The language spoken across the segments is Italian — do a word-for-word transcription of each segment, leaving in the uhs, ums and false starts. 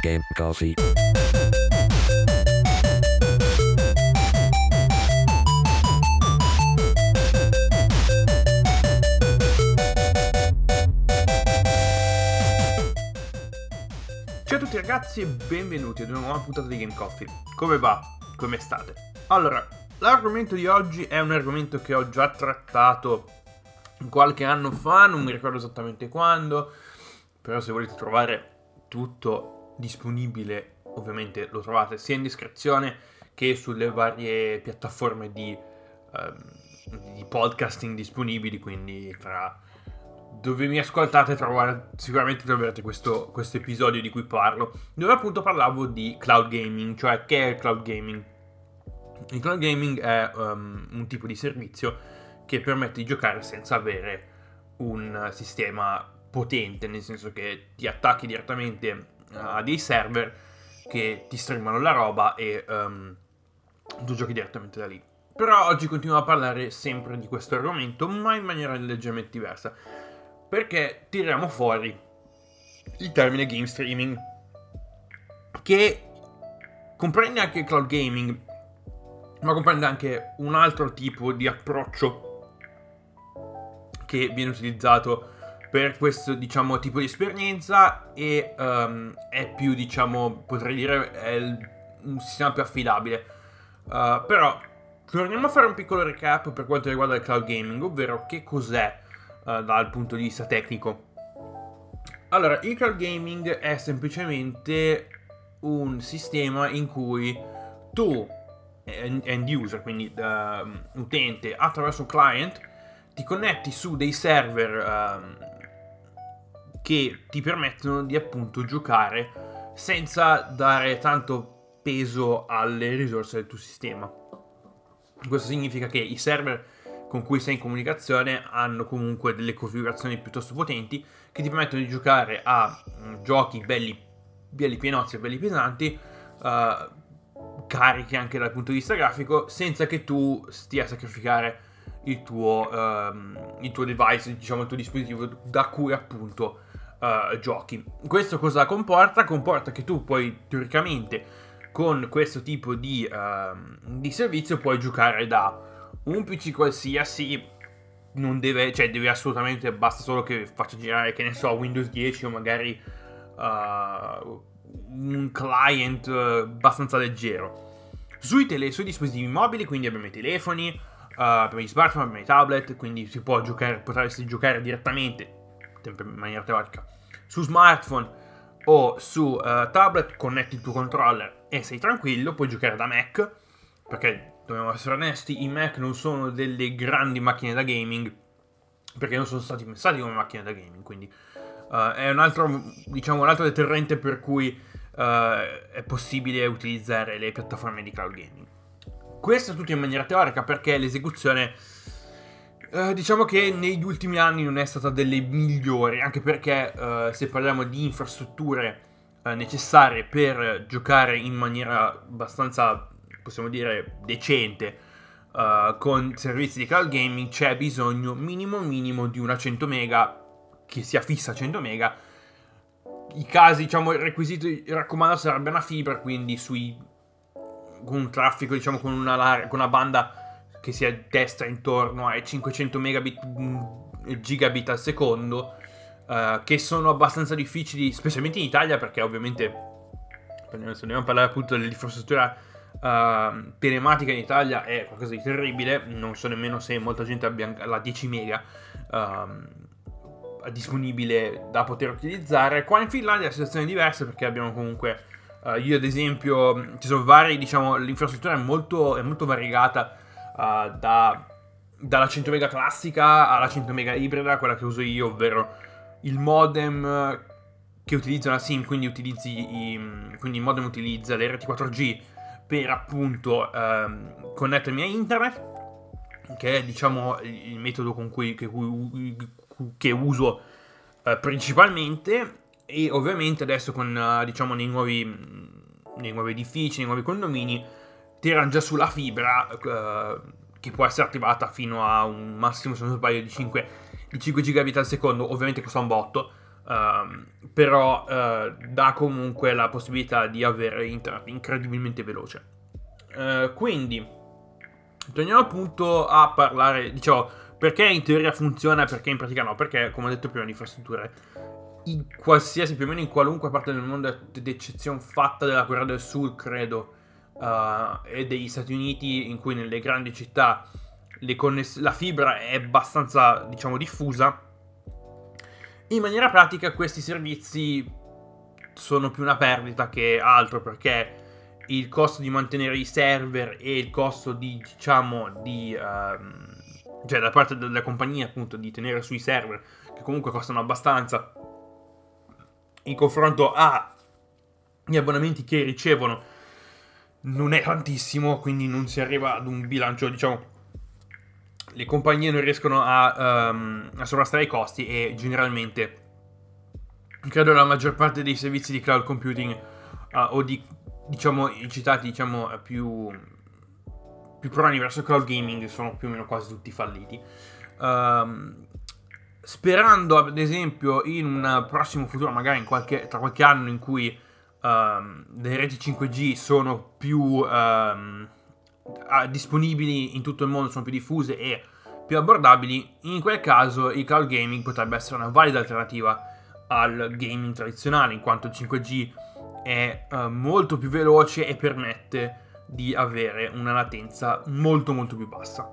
Game Coffee. Ciao a tutti ragazzi e benvenuti ad una nuova puntata di Game Coffee. Come va? Come state? Allora, l'argomento di oggi è un argomento che ho già trattato qualche anno fa, non mi ricordo esattamente quando, però se volete trovare tutto disponibile, ovviamente lo trovate sia in descrizione che sulle varie piattaforme di, um, di podcasting disponibili, quindi tra dove mi ascoltate trovare, sicuramente troverete questo, questo episodio di cui parlo, dove appunto parlavo di cloud gaming, cioè che è il cloud gaming. Il cloud gaming è um, un tipo di servizio che permette di giocare senza avere un sistema potente, nel senso che ti attacchi direttamente a dei server che ti streamano la roba e um, tu giochi direttamente da lì. Però oggi continuo a parlare sempre di questo argomento, ma in maniera leggermente diversa, perché tiriamo fuori il termine game streaming, che comprende anche il cloud gaming, ma comprende anche un altro tipo di approccio che viene utilizzato per questo, diciamo, tipo di esperienza e um, è più, diciamo, potrei dire è il, un sistema più affidabile. Uh, però torniamo a fare un piccolo recap per quanto riguarda il cloud gaming, ovvero che cos'è uh, dal punto di vista tecnico. Allora, il cloud gaming è semplicemente un sistema in cui tu, end user, quindi uh, utente, attraverso un client, ti connetti su dei server um, che ti permettono di appunto giocare senza dare tanto peso alle risorse del tuo sistema. Questo significa che i server con cui sei in comunicazione hanno comunque delle configurazioni piuttosto potenti che ti permettono di giocare a um, giochi belli, belli pienozzi e belli pesanti, uh, carichi anche dal punto di vista grafico, senza che tu stia a sacrificare il tuo, um, il tuo device, diciamo il tuo dispositivo da cui appunto uh, giochi. Questo cosa comporta? Comporta che tu poi teoricamente con questo tipo di, uh, di servizio puoi giocare da un P C qualsiasi, non deve, cioè deve assolutamente, basta solo che faccia girare, che ne so, Windows dieci o magari uh, un client abbastanza leggero. Sui, tele, sui dispositivi mobili, quindi abbiamo i telefoni, uh, abbiamo gli smartphone, abbiamo i tablet, quindi si può giocare, potresti giocare direttamente, sempre in maniera teorica, su smartphone o su uh, tablet, connetti il tuo controller e sei tranquillo, puoi giocare da Mac, perché dobbiamo essere onesti, i Mac non sono delle grandi macchine da gaming, perché non sono stati pensati come macchine da gaming, quindi uh, è un altro, diciamo, un altro deterrente per cui uh, è possibile utilizzare le piattaforme di cloud gaming. Questo tutto in maniera teorica, perché l'esecuzione uh, diciamo che negli ultimi anni non è stata delle migliori, anche perché uh, se parliamo di infrastrutture uh, necessarie per giocare in maniera abbastanza, possiamo dire, decente uh, con servizi di cloud gaming, c'è bisogno minimo minimo di una cento mega che sia fissa a cento mega. I casi, diciamo, il requisito raccomandato sarebbe una fibra, quindi sui con un traffico, diciamo, con una, con una banda che si attesta intorno ai cinquecento megabit gigabit al secondo, uh, che sono abbastanza difficili, specialmente in Italia, perché ovviamente se dobbiamo parlare appunto dell'infrastruttura Uh, telematica in Italia è qualcosa di terribile. Non so nemmeno se molta gente abbia la dieci mega uh, disponibile da poter utilizzare. Qua in Finlandia la situazione è diversa, perché abbiamo comunque uh, io ad esempio, ci sono vari, diciamo, l'infrastruttura è molto, è molto variegata, uh, da, dalla cento mega classica alla cento mega ibrida, quella che uso io, ovvero il modem che utilizza una SIM, quindi utilizzi i, quindi il modem utilizza le reti quattro G per appunto ehm, connettermi a internet, che è, diciamo, il metodo con cui che, che uso eh, principalmente. E ovviamente adesso con eh, diciamo nei nuovi nei nuovi edifici, nei nuovi condomini, tirano già sulla fibra eh, che può essere attivata fino a un massimo, se non sbaglio, di cinque, di cinque gigabit al secondo. Ovviamente costa un botto, uh, però uh, dà comunque la possibilità di avere internet incredibilmente veloce. Uh, quindi torniamo appunto a parlare, diciamo, perché in teoria funziona e perché in pratica no, perché come ho detto prima, le infrastrutture in qualsiasi, più o meno in qualunque parte del mondo, ad eccezione fatta della Corea del Sud, credo, uh, e degli Stati Uniti, in cui nelle grandi città le conness- la fibra è abbastanza, diciamo, diffusa, in maniera pratica questi servizi sono più una perdita che altro, perché il costo di mantenere i server e il costo di, diciamo, di um, cioè da parte della compagnia appunto di tenere sui server, che comunque costano abbastanza in confronto agli abbonamenti che ricevono, non è tantissimo, quindi non si arriva ad un bilancio, diciamo, le compagnie non riescono a, um, a sovrastare i costi, e generalmente credo la maggior parte dei servizi di cloud computing uh, o di, diciamo, i citati, diciamo, più più proni verso cloud gaming sono più o meno quasi tutti falliti. Um, sperando ad esempio in un prossimo futuro, magari in qualche, tra qualche anno, in cui um, le reti cinque G sono più um, disponibili in tutto il mondo, sono più diffuse e più abbordabili, in quel caso il cloud gaming potrebbe essere una valida alternativa al gaming tradizionale, in quanto il cinque G è uh, molto più veloce e permette di avere una latenza molto molto più bassa.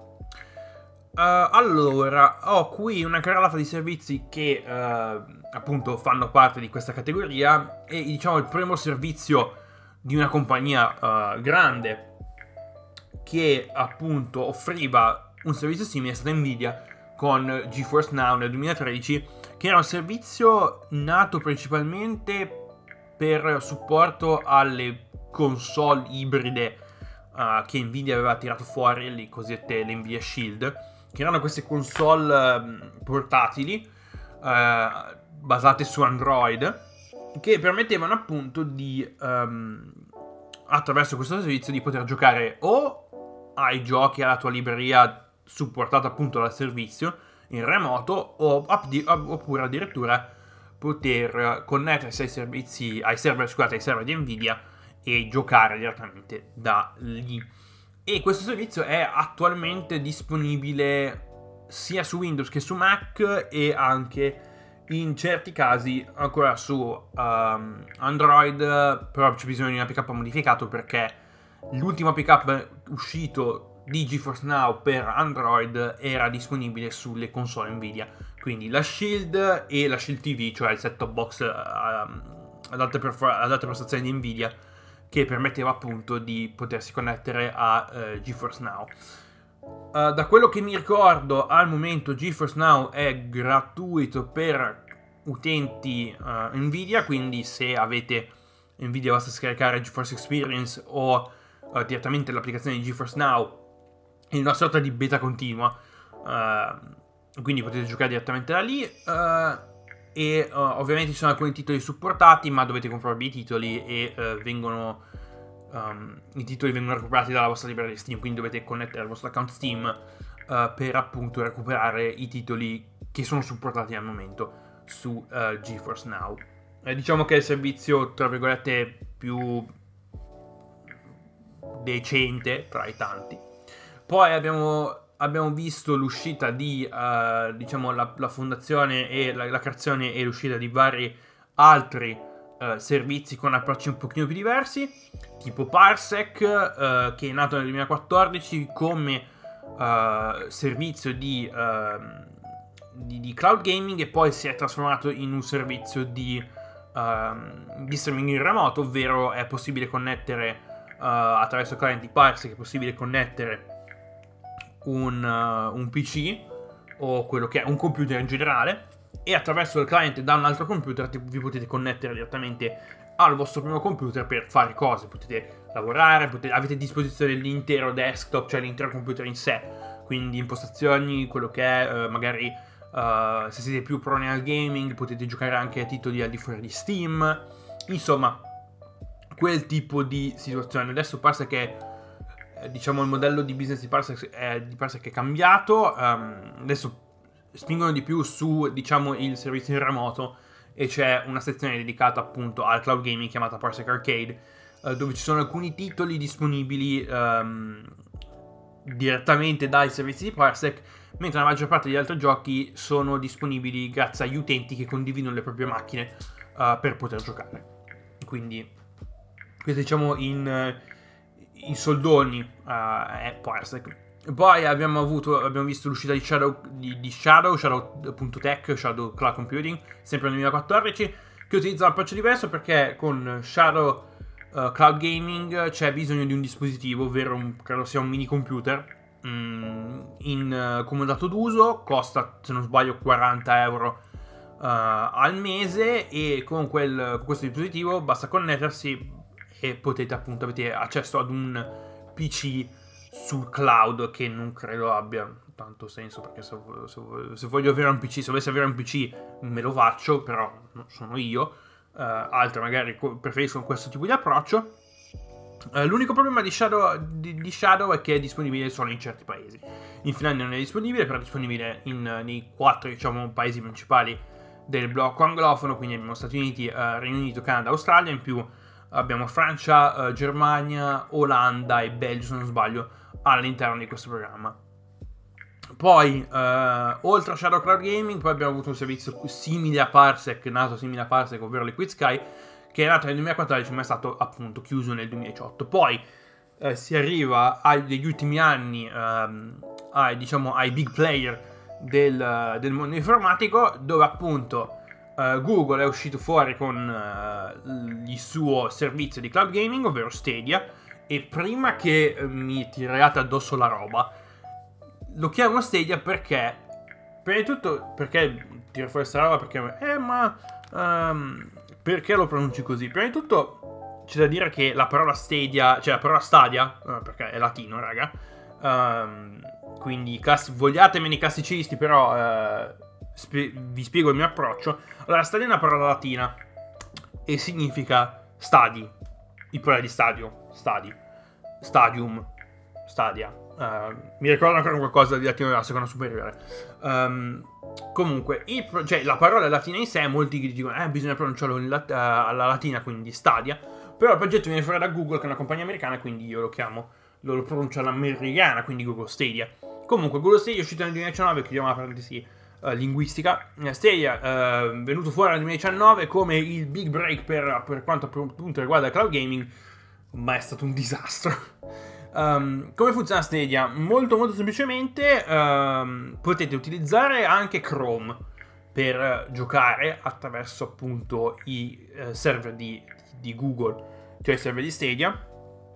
Uh, allora, ho qui una carrellata di servizi che uh, appunto fanno parte di questa categoria, e diciamo il primo servizio di una compagnia uh, grande che appunto offriva un servizio simile è stata Nvidia con GeForce Now nel duemilatredici, che era un servizio nato principalmente per supporto alle console ibride uh, che Nvidia aveva tirato fuori, le cosiddette le Nvidia Shield, che erano queste console um, portatili uh, basate su Android, che permettevano appunto di um, attraverso questo servizio di poter giocare o ai giochi alla tua libreria supportata appunto dal servizio in remoto, o oppure addirittura poter connettersi ai servizi, ai server, scusate, ai server di Nvidia e giocare direttamente da lì. E questo servizio è attualmente disponibile sia su Windows che su Mac, e anche in certi casi ancora su um, Android, però c'è bisogno di un A P K modificato, perché l'ultimo A P K uscito di GeForce Now per Android era disponibile sulle console Nvidia, quindi la Shield e la Shield T V, cioè il set-top box um, ad, alte perfor- ad alte prestazioni di Nvidia, che permetteva appunto di potersi connettere a uh, GeForce Now. Uh, da quello che mi ricordo, al momento GeForce Now è gratuito per utenti uh, Nvidia, quindi se avete Nvidia basta scaricare GeForce Experience o uh, direttamente l'applicazione di GeForce Now in una sorta di beta continua, uh, quindi potete giocare direttamente da lì, uh, e uh, ovviamente ci sono alcuni titoli supportati, ma dovete comprarvi i titoli e uh, vengono um, i titoli vengono recuperati dalla vostra libreria Steam, quindi dovete connettere al vostro account Steam uh, per appunto recuperare i titoli che sono supportati al momento su uh, GeForce Now. Eh, diciamo che è il servizio tra virgolette più decente tra i tanti. Poi abbiamo abbiamo visto l'uscita di uh, diciamo la, la fondazione e la, la creazione e l'uscita di vari altri uh, servizi con approcci un pochino più diversi, tipo Parsec, uh, che è nato nel duemilaquattordici come uh, servizio di, uh, di, di cloud gaming, e poi si è trasformato in un servizio di, uh, di streaming in remoto, ovvero è possibile connettere uh, attraverso il client di Parsec, è possibile connettere Un, uh, un P C o quello che è un computer in generale, e attraverso il client da un altro computer vi potete connettere direttamente al vostro primo computer per fare cose. Potete lavorare, potete, avete a disposizione l'intero desktop, cioè l'intero computer in sé, quindi impostazioni, quello che è uh, magari uh, se siete più proni al gaming potete giocare anche a titoli al di fuori di Steam, insomma quel tipo di situazione. Adesso passa che diciamo il modello di business di Parsec è, di Parsec è cambiato, um, adesso spingono di più su diciamo il servizio in remoto, e c'è una sezione dedicata appunto al cloud gaming chiamata Parsec Arcade, eh, dove ci sono alcuni titoli disponibili um, direttamente dai servizi di Parsec, mentre la maggior parte degli altri giochi sono disponibili grazie agli utenti che condividono le proprie macchine uh, per poter giocare. Quindi questo diciamo in, in soldoni uh, è Parsec. Poi abbiamo avuto abbiamo visto l'uscita di Shadow di, di Shadow Shadow.tech, Shadow Cloud Computing, sempre nel duemilaquattordici, che utilizza un approccio diverso perché con Shadow uh, Cloud Gaming c'è bisogno di un dispositivo, ovvero un, credo sia un mini computer mm, in uh, comodato d'uso, costa se non sbaglio quaranta euro uh, al mese, e con, quel, con questo dispositivo basta connettersi e potete appunto avete accesso ad un P C sul cloud, che non credo abbia tanto senso, perché se, se, se voglio avere un P C, se volessi avere un P C me lo faccio, però non sono io, uh, altri magari preferiscono questo tipo di approccio. Uh, l'unico problema di Shadow, di, di Shadow è che è disponibile solo in certi paesi. In Finlandia non è disponibile, però è disponibile in, nei quattro diciamo paesi principali del blocco anglofono, quindi abbiamo Stati Uniti, uh, Regno Unito, Canada, Australia, in più abbiamo Francia, uh, Germania, Olanda e Belgio se non sbaglio all'interno di questo programma. Poi uh, oltre a Shadow Cloud Gaming poi abbiamo avuto un servizio simile a Parsec, nato simile a Parsec, ovvero Liquid Sky, che è nato nel duemilaquattordici ma è stato appunto chiuso nel duemiladiciotto. Poi uh, si arriva agli ultimi anni um, ai, diciamo, ai big player del, del mondo informatico, dove appunto uh, Google è uscito fuori con uh, il suo servizio di cloud gaming, ovvero Stadia. E prima che eh, mi tirate addosso la roba, lo chiamo Stadia perché, prima di tutto, perché tiro fuori questa roba, perché, eh ma, um, perché lo pronunci così? Prima di tutto c'è da dire che la parola Stadia, cioè la parola Stadia, uh, perché è latino, raga, um, quindi class- vogliatemi i classicisti, però uh, sp- vi spiego il mio approccio. Allora, Stadia è una parola latina e significa stadi, il plurale di stadio, stadi, stadium, stadia. Uh, mi ricordo ancora qualcosa di latino della seconda superiore. Um, comunque, il pro- cioè, la parola latina in sé, molti dicono eh, bisogna pronunciarlo in lat- uh, alla latina, quindi stadia. Però il progetto viene fuori da Google, che è una compagnia americana, quindi io lo chiamo, lo, lo pronuncio all'americana, quindi Google Stadia. Comunque, Google Stadia è uscito nel duemiladiciannove, chiudiamo la parentesi uh, linguistica. Stadia è uh, venuto fuori nel duemiladiciannove come il big break per, per quanto appunto riguarda il cloud gaming, ma è stato un disastro. Um, come funziona Stadia? Molto molto semplicemente um, potete utilizzare anche Chrome per uh, giocare attraverso appunto i uh, server di, di Google, cioè i server di Stadia.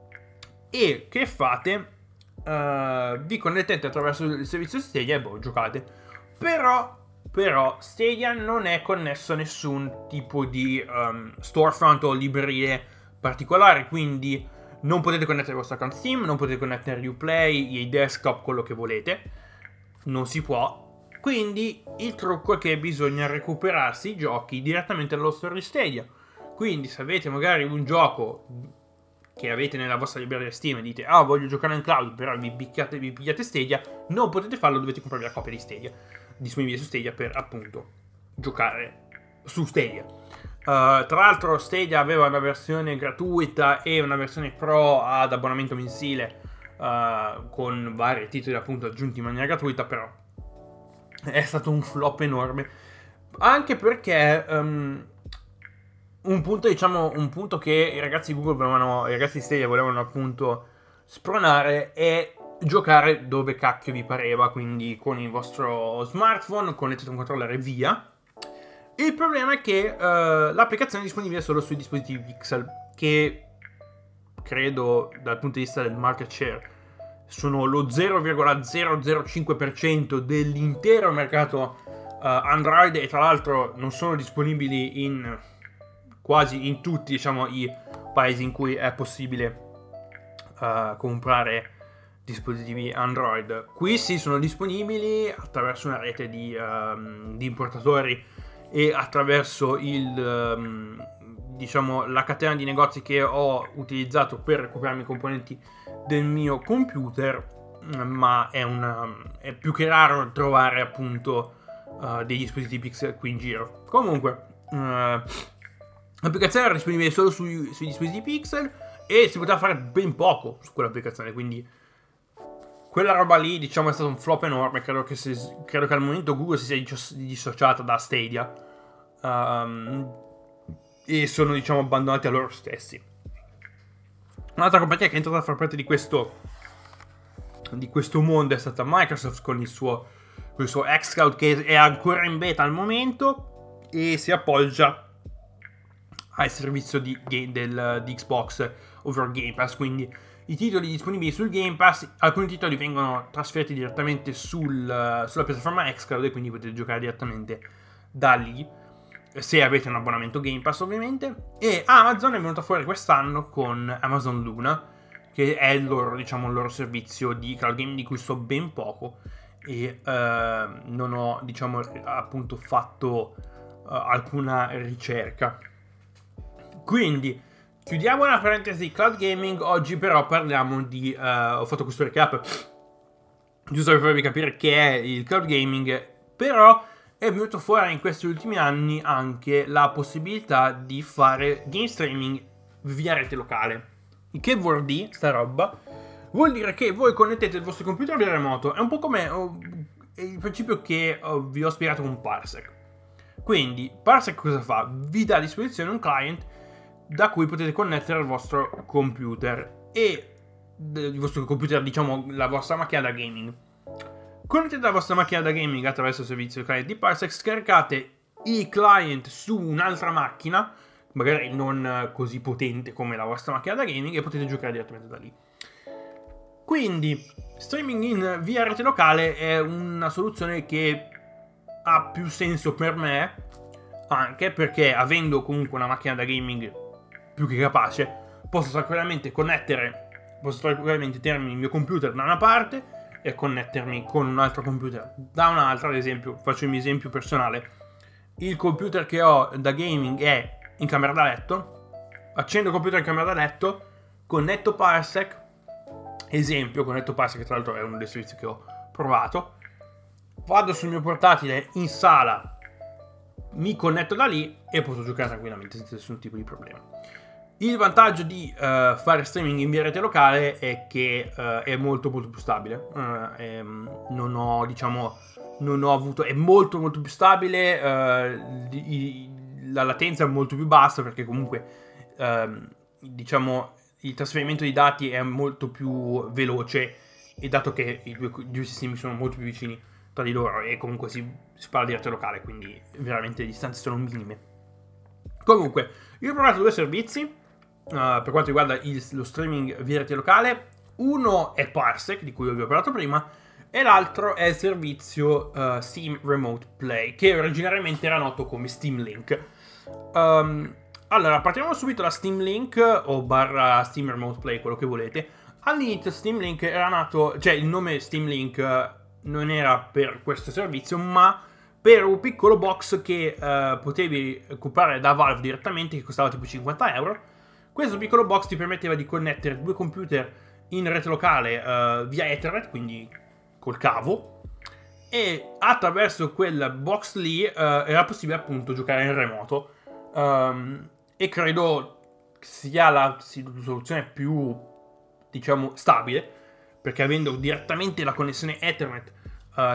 E che fate? Uh, vi connettete attraverso il servizio Stadia e boh, giocate. Però però Stadia non è connesso a nessun tipo di um, storefront o librerie particolari, quindi non potete connettere il vostro account Steam, non potete connettere Uplay, i desktop, quello che volete, non si può. Quindi il trucco è che bisogna recuperarsi i giochi direttamente dallo store di Stadia. Quindi se avete magari un gioco che avete nella vostra libreria Steam e dite ah voglio giocare in cloud, però vi pigliate, vi pigliate Stadia, non potete farlo, dovete comprarvi la copia di Stadia disponibile su Stadia per appunto giocare su Stadia. Uh, tra l'altro Stadia aveva una versione gratuita e una versione pro ad abbonamento mensile, uh, con vari titoli appunto aggiunti in maniera gratuita, però è stato un flop enorme, anche perché um, un punto diciamo un punto che i ragazzi di Google volevano, i ragazzi di Stadia volevano appunto spronare è giocare dove cacchio vi pareva, quindi con il vostro smartphone connettete un controller e via. Il problema è che uh, l'applicazione è disponibile solo sui dispositivi Pixel, che credo dal punto di vista del market share sono lo zero virgola zero zero cinque per cento dell'intero mercato uh, Android, e tra l'altro non sono disponibili in quasi in tutti diciamo i paesi in cui è possibile uh, comprare dispositivi Android. Qui sì, sono disponibili attraverso una rete di, um, di importatori e attraverso il um, diciamo la catena di negozi che ho utilizzato per recuperarmi i componenti del mio computer, ma è, una, è più che raro trovare appunto uh, dei dispositivi Pixel qui in giro. Comunque Uh, l'applicazione era disponibile solo sui, sui dispositivi Pixel e si poteva fare ben poco su quell'applicazione, quindi quella roba lì, diciamo, è stato un flop enorme. Credo che, si, credo che al momento Google si sia dissociata da Stadia um, e sono, diciamo, abbandonati a loro stessi. Un'altra compagnia che è entrata a far parte di questo di questo mondo è stata Microsoft con il suo, con il suo xCloud, che è ancora in beta al momento e si appoggia al servizio di, del, di Xbox over Game Pass. Quindi i titoli disponibili sul Game Pass, alcuni titoli vengono trasferiti direttamente sul, sulla piattaforma xCloud e quindi potete giocare direttamente da lì, se avete un abbonamento Game Pass ovviamente. E Amazon è venuta fuori quest'anno con Amazon Luna, che è il loro, diciamo, il loro servizio di cloud gaming di cui so ben poco e eh, non ho, diciamo, appunto fatto uh, alcuna ricerca. Quindi chiudiamo la parentesi cloud gaming. Oggi però parliamo di uh, ho fatto questo recap giusto per farvi capire che è il cloud gaming, però è venuto fuori in questi ultimi anni anche la possibilità di fare game streaming via rete locale. Che vuol dire sta roba? Vuol dire che voi connettete il vostro computer via remoto. È un po' come oh, il principio che oh, vi ho spiegato con Parsec. Quindi Parsec cosa fa? Vi dà a disposizione un client da cui potete connettere il vostro computer e il vostro computer, diciamo, la vostra macchina da gaming. Connettete la vostra macchina da gaming attraverso il servizio client di Parsec, scaricate i client su un'altra macchina, magari non così potente come la vostra macchina da gaming, e potete giocare direttamente da lì. Quindi streaming in via rete locale è una soluzione che ha più senso per me, anche perché avendo comunque una macchina da gaming più che capace, posso tranquillamente connettere, posso tranquillamente tenermi il mio computer da una parte e connettermi con un altro computer da un'altra. Ad esempio, faccio il mio esempio personale: il computer che ho da gaming è in camera da letto, accendo il computer in camera da letto, connetto Parsec, esempio, connetto Parsec, che tra l'altro è uno dei servizi che ho provato, vado sul mio portatile in sala, mi connetto da lì e posso giocare tranquillamente senza nessun tipo di problema. Il vantaggio di uh, fare streaming in via rete locale è che uh, è molto molto più stabile. Uh, è, non ho, diciamo, non ho avuto, è molto molto più stabile, uh, di, la latenza è molto più bassa perché comunque uh, diciamo il trasferimento di dati è molto più veloce, e dato che i due, i due sistemi sono molto più vicini tra di loro e comunque si, si parla di rete locale, quindi veramente le distanze sono minime. Comunque, io ho provato due servizi Uh, per quanto riguarda il, lo streaming via rete locale. Uno è Parsec, di cui vi ho parlato prima, e l'altro è il servizio uh, Steam Remote Play, che originariamente era noto come Steam Link. Um, allora, partiamo subito da Steam Link o barra Steam Remote Play, quello che volete. All'inizio Steam Link era nato, cioè il nome Steam Link uh, non era per questo servizio, ma per un piccolo box che uh, potevi comprare da Valve direttamente, che costava tipo cinquanta euro. Questo piccolo box ti permetteva di connettere due computer in rete locale uh, via Ethernet, quindi col cavo, e attraverso quel box lì uh, era possibile appunto giocare in remoto. Um, e credo sia la soluzione più, diciamo, stabile, perché avendo direttamente la connessione Ethernet uh,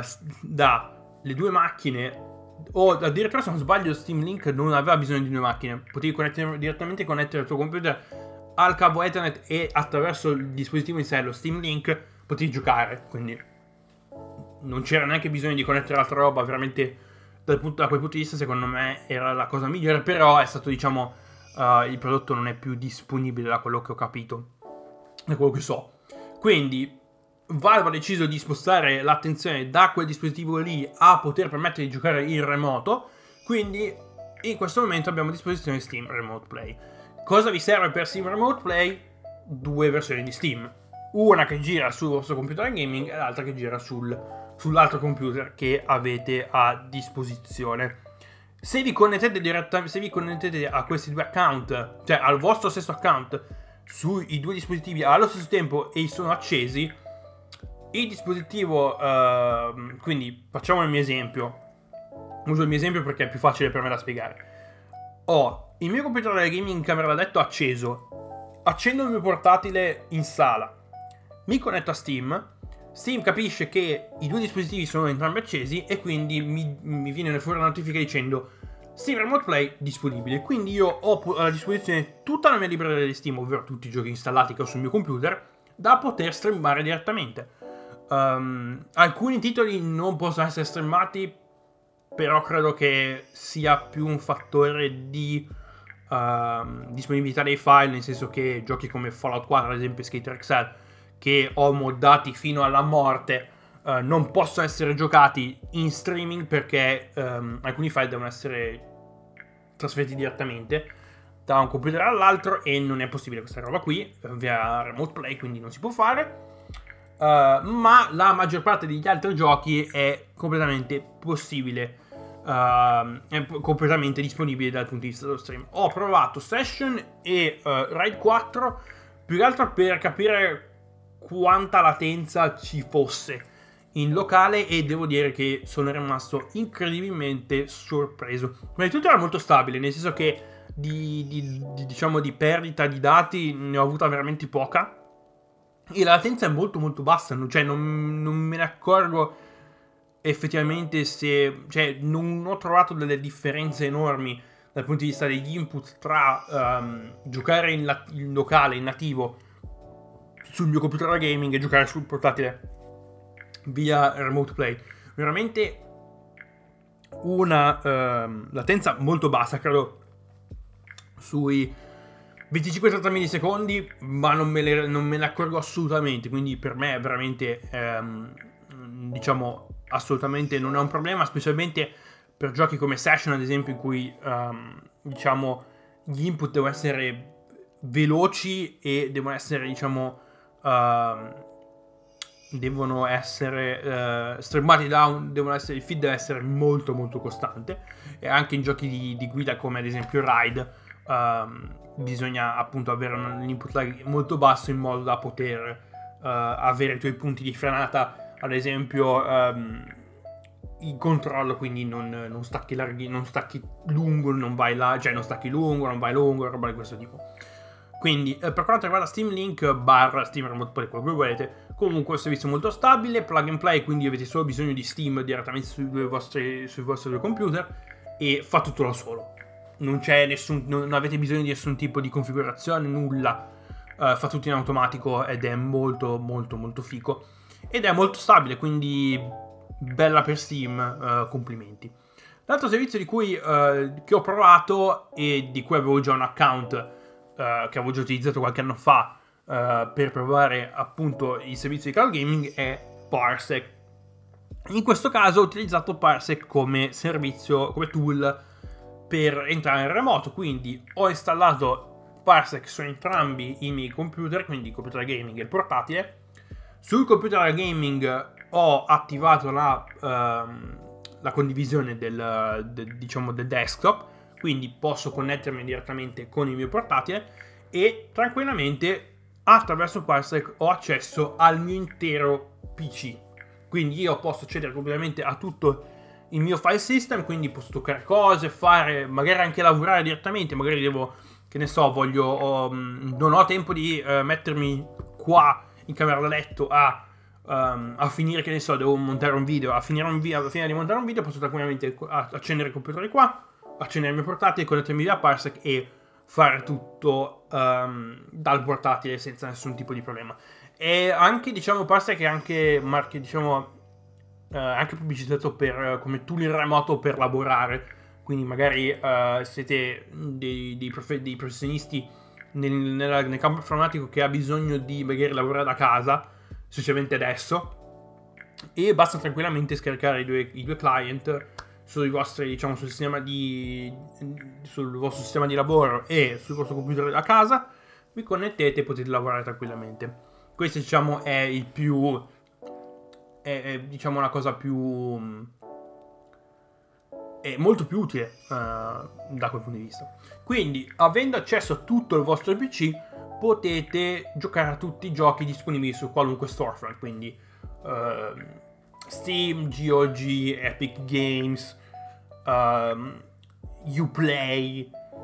dalle due macchine, o addirittura, se non sbaglio, Steam Link non aveva bisogno di due macchine, potevi connettere, direttamente connettere il tuo computer al cavo Ethernet e attraverso il dispositivo in sé, lo Steam Link, potevi giocare, quindi non c'era neanche bisogno di connettere altra roba. Veramente dal punto, da quel punto di vista secondo me era la cosa migliore, però è stato, diciamo, uh, il prodotto non è più disponibile da quello che ho capito, da quello che so. Quindi Valve ha deciso di spostare l'attenzione da quel dispositivo lì a poter permettere di giocare in remoto. Quindi in questo momento abbiamo a disposizione Steam Remote Play. Cosa vi serve per Steam Remote Play? Due versioni di Steam, una che gira sul vostro computer gaming e l'altra che gira sul, sull'altro computer che avete a disposizione. Se vi connettete direttamente, se vi connettete a questi due account, cioè al vostro stesso account sui due dispositivi allo stesso tempo e sono accesi, il dispositivo, uh, quindi facciamo il mio esempio, uso il mio esempio perché è più facile per me da spiegare. ho il mio computer da gaming in camera da letto acceso, accendo il mio portatile in sala, mi connetto a Steam, Steam capisce che i due dispositivi sono entrambi accesi e quindi mi, mi viene fuori una notifica dicendo Steam Remote Play disponibile. Quindi io ho a disposizione tutta la mia libreria di Steam, ovvero tutti i giochi installati che ho sul mio computer, da poter streamare direttamente. Um, alcuni titoli non possono essere streamati, però credo che sia più un fattore di uh, disponibilità dei file, nel senso che giochi come Fallout quattro, ad esempio Skater X L, che ho moddati fino alla morte, uh, non possono essere giocati in streaming perché um, alcuni file devono essere trasferiti direttamente da un computer all'altro e non è possibile questa roba qui via Remote Play, quindi non si può fare. Uh, ma la maggior parte degli altri giochi è completamente possibile, uh, è completamente disponibile dal punto di vista dello stream. Ho provato Session e uh, Ride quattro più che altro per capire quanta latenza ci fosse in locale e devo dire che sono rimasto incredibilmente sorpreso. Ma di tutto era molto stabile, nel senso che di, di, di, diciamo di perdita di dati ne ho avuta veramente poca e la latenza è molto molto bassa, cioè non, non me ne accorgo effettivamente se, cioè non ho trovato delle differenze enormi dal punto di vista degli input tra um, giocare in, la, in locale, in nativo sul mio computer da gaming e giocare sul portatile via Remote Play. Veramente una uh, latenza molto bassa, credo sui venticinque trenta millisecondi, ma non me, le, non me ne accorgo assolutamente, quindi per me è veramente um, diciamo assolutamente non è un problema, specialmente per giochi come Session ad esempio, in cui um, diciamo gli input devono essere veloci e devono essere diciamo uh, devono essere uh, streamati down, devono essere, il feed deve essere molto molto costante, e anche in giochi di, di guida come ad esempio Ride um, bisogna appunto avere un input lag molto basso in modo da poter uh, avere i tuoi punti di frenata, ad esempio um, il controllo, quindi non, non stacchi larghi, non stacchi lungo, non vai là, cioè non stacchi lungo, non vai lungo, roba di questo tipo. Quindi eh, per quanto riguarda Steam Link barra Steam Remote Play, quello che volete, comunque è un servizio molto stabile, plug and play, quindi avete solo bisogno di Steam direttamente sui, due vostri, sui vostri due computer e fa tutto da solo. Non c'è nessun, non avete bisogno di nessun tipo di configurazione, nulla, uh, fa tutto in automatico ed è molto molto molto figo ed è molto stabile, quindi bella per Steam, uh, complimenti. L'altro servizio di cui uh, che ho provato e di cui avevo già un account uh, che avevo già utilizzato qualche anno fa uh, per provare appunto il servizio di cloud gaming è Parsec. In questo caso ho utilizzato Parsec come servizio, come tool per entrare in remoto, quindi ho installato Parsec su entrambi i miei computer, quindi il computer da gaming e il portatile. Sul computer da gaming ho attivato la, uh, la condivisione del, del, diciamo del desktop, quindi posso connettermi direttamente con il mio portatile e tranquillamente attraverso Parsec ho accesso al mio intero P C. Quindi io posso accedere completamente a tutto il mio file system, quindi posso toccare cose, fare, magari anche lavorare direttamente, magari devo, che ne so, voglio, ho, non ho tempo di uh, mettermi qua in camera da letto a, um, a finire, che ne so, devo montare un video, a finire, un video, a finire di montare un video, posso tranquillamente accendere il computer di qua, accendere il mio portatile, connettermi via Parsec e fare tutto um, dal portatile senza nessun tipo di problema. E anche, diciamo, Parsec è anche, marche, diciamo, Uh, anche pubblicizzato per, uh, come tool in remoto per lavorare, quindi magari uh, siete dei, dei, prof- dei professionisti nel, nel, nel campo informatico che ha bisogno di magari lavorare da casa, specialmente adesso, e basta tranquillamente scaricare i due, i due client sui vostri, diciamo, sul sistema di sul vostro sistema di lavoro e sul vostro computer a casa, vi connettete e potete lavorare tranquillamente. Questo, diciamo, è il più È, è diciamo una cosa più è molto più utile uh, da quel punto di vista. Quindi, avendo accesso a tutto il vostro P C, potete giocare a tutti i giochi disponibili su qualunque storefront, quindi uh, Steam, G O G, Epic Games, um, Uplay,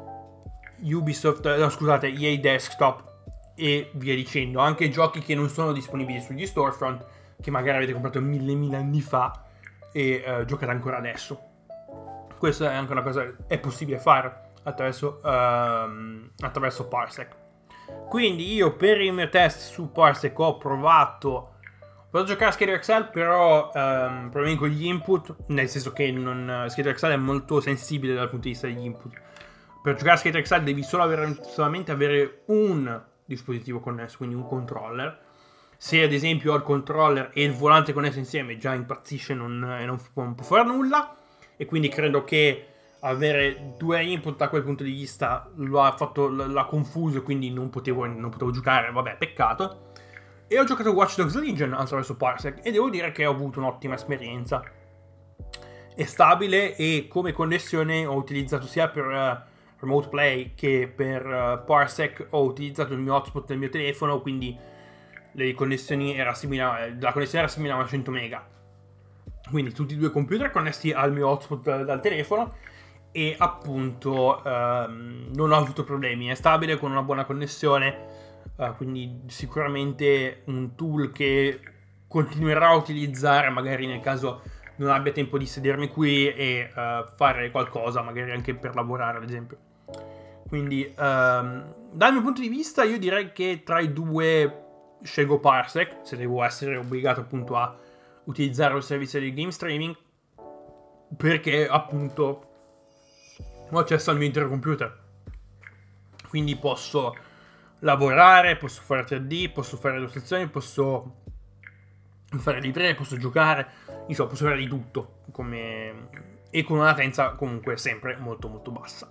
Ubisoft, no, scusate, E A Desktop e via dicendo, anche giochi che non sono disponibili sugli storefront, che magari avete comprato mille mila anni fa e uh, giocate ancora adesso. Questa è anche una cosa che è possibile fare attraverso, uh, attraverso Parsec. Quindi io per il mio test su Parsec ho provato Posso giocare a Skater X L, però um, problemi con gli input, nel senso che non, Skater X L è molto sensibile dal punto di vista degli input. Per giocare a Skater X L devi solo avere, solamente avere un dispositivo connesso, quindi un controller. Se ad esempio ho il controller e il volante connesso insieme, già impazzisce e non, non, non può fare nulla. E quindi credo che avere due input da quel punto di vista lo ha fatto, l'ha confuso, quindi non potevo, non potevo giocare, vabbè, peccato. E ho giocato Watch Dogs Legion attraverso Parsec e devo dire che ho avuto un'ottima esperienza. È stabile e come connessione ho utilizzato sia per uh, Remote Play che per uh, Parsec ho utilizzato il mio hotspot del mio telefono, quindi le connessioni era simile, la connessione era simile a cento mega. Quindi tutti e due computer connessi al mio hotspot dal, dal telefono e appunto um, non ho avuto problemi, è stabile con una buona connessione. Uh, quindi sicuramente un tool che continuerò a utilizzare magari nel caso non abbia tempo di sedermi qui e uh, fare qualcosa, magari anche per lavorare ad esempio. Quindi um, dal mio punto di vista io direi che tra i due scelgo Parsec, se devo essere obbligato appunto a utilizzare il servizio di game streaming, perché appunto ho accesso al mio intero computer, quindi posso lavorare, posso fare tre D, posso fare illustrazioni, posso fare librerie, posso giocare, insomma posso fare di tutto come... e con una latenza comunque sempre molto molto bassa.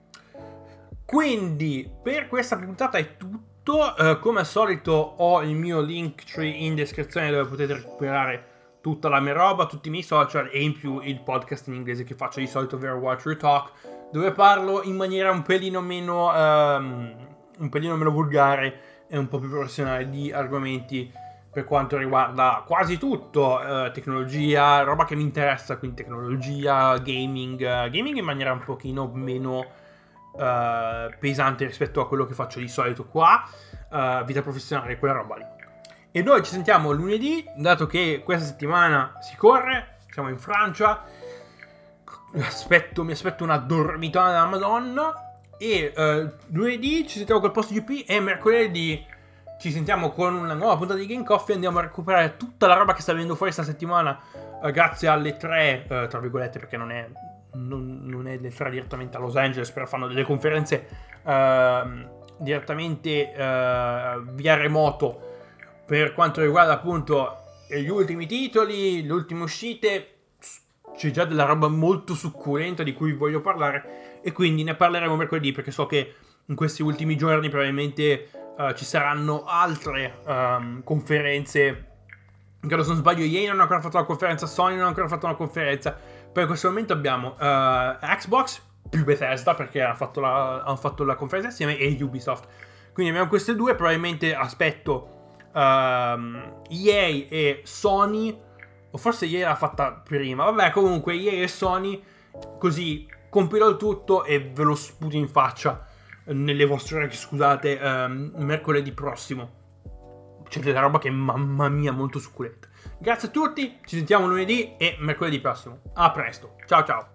Quindi per questa puntata è tutto, uh, come al solito ho il mio Linktree in descrizione dove potete recuperare tutta la mia roba, tutti i miei social e in più il podcast in inglese che faccio di solito, ovvero Watch Your Talk, dove parlo in maniera un pelino meno... Um, un pelino meno volgare e un po' più professionale di argomenti per quanto riguarda quasi tutto, eh, tecnologia, roba che mi interessa, quindi tecnologia, gaming, uh, gaming in maniera un pochino meno uh, pesante rispetto a quello che faccio di solito qua, uh, vita professionale, quella roba lì. E noi ci sentiamo lunedì, dato che questa settimana si corre, siamo in Francia, aspetto, mi aspetto una dormitona della Madonna. E uh, lunedì ci sentiamo col post G P e mercoledì ci sentiamo con una nuova puntata di Game Coffee e andiamo a recuperare tutta la roba che sta venendo fuori questa settimana uh, grazie alle tre, uh, tra virgolette, perché non è, non, non è le tre direttamente a Los Angeles, però fanno delle conferenze uh, direttamente uh, via remoto per quanto riguarda appunto gli ultimi titoli, le ultime uscite. C'è già della roba molto succulenta di cui voglio parlare e quindi ne parleremo mercoledì, perché so che in questi ultimi giorni probabilmente uh, ci saranno altre um, conferenze. Che se non sbaglio E A non ha ancora fatto una conferenza, Sony non ha ancora fatto una conferenza. Per questo momento abbiamo uh, Xbox più Bethesda, perché hanno fatto, la, hanno fatto la conferenza insieme, e Ubisoft. Quindi abbiamo queste due, probabilmente aspetto um, E A e Sony. O forse ieri l'ha fatta prima. Vabbè, comunque ieri e Sony, così compilo il tutto e ve lo sputo in faccia nelle vostre orecchie, scusate, um, mercoledì prossimo. C'è della roba che, mamma mia, molto succulenta. Grazie a tutti, ci sentiamo lunedì e mercoledì prossimo. A presto, ciao ciao.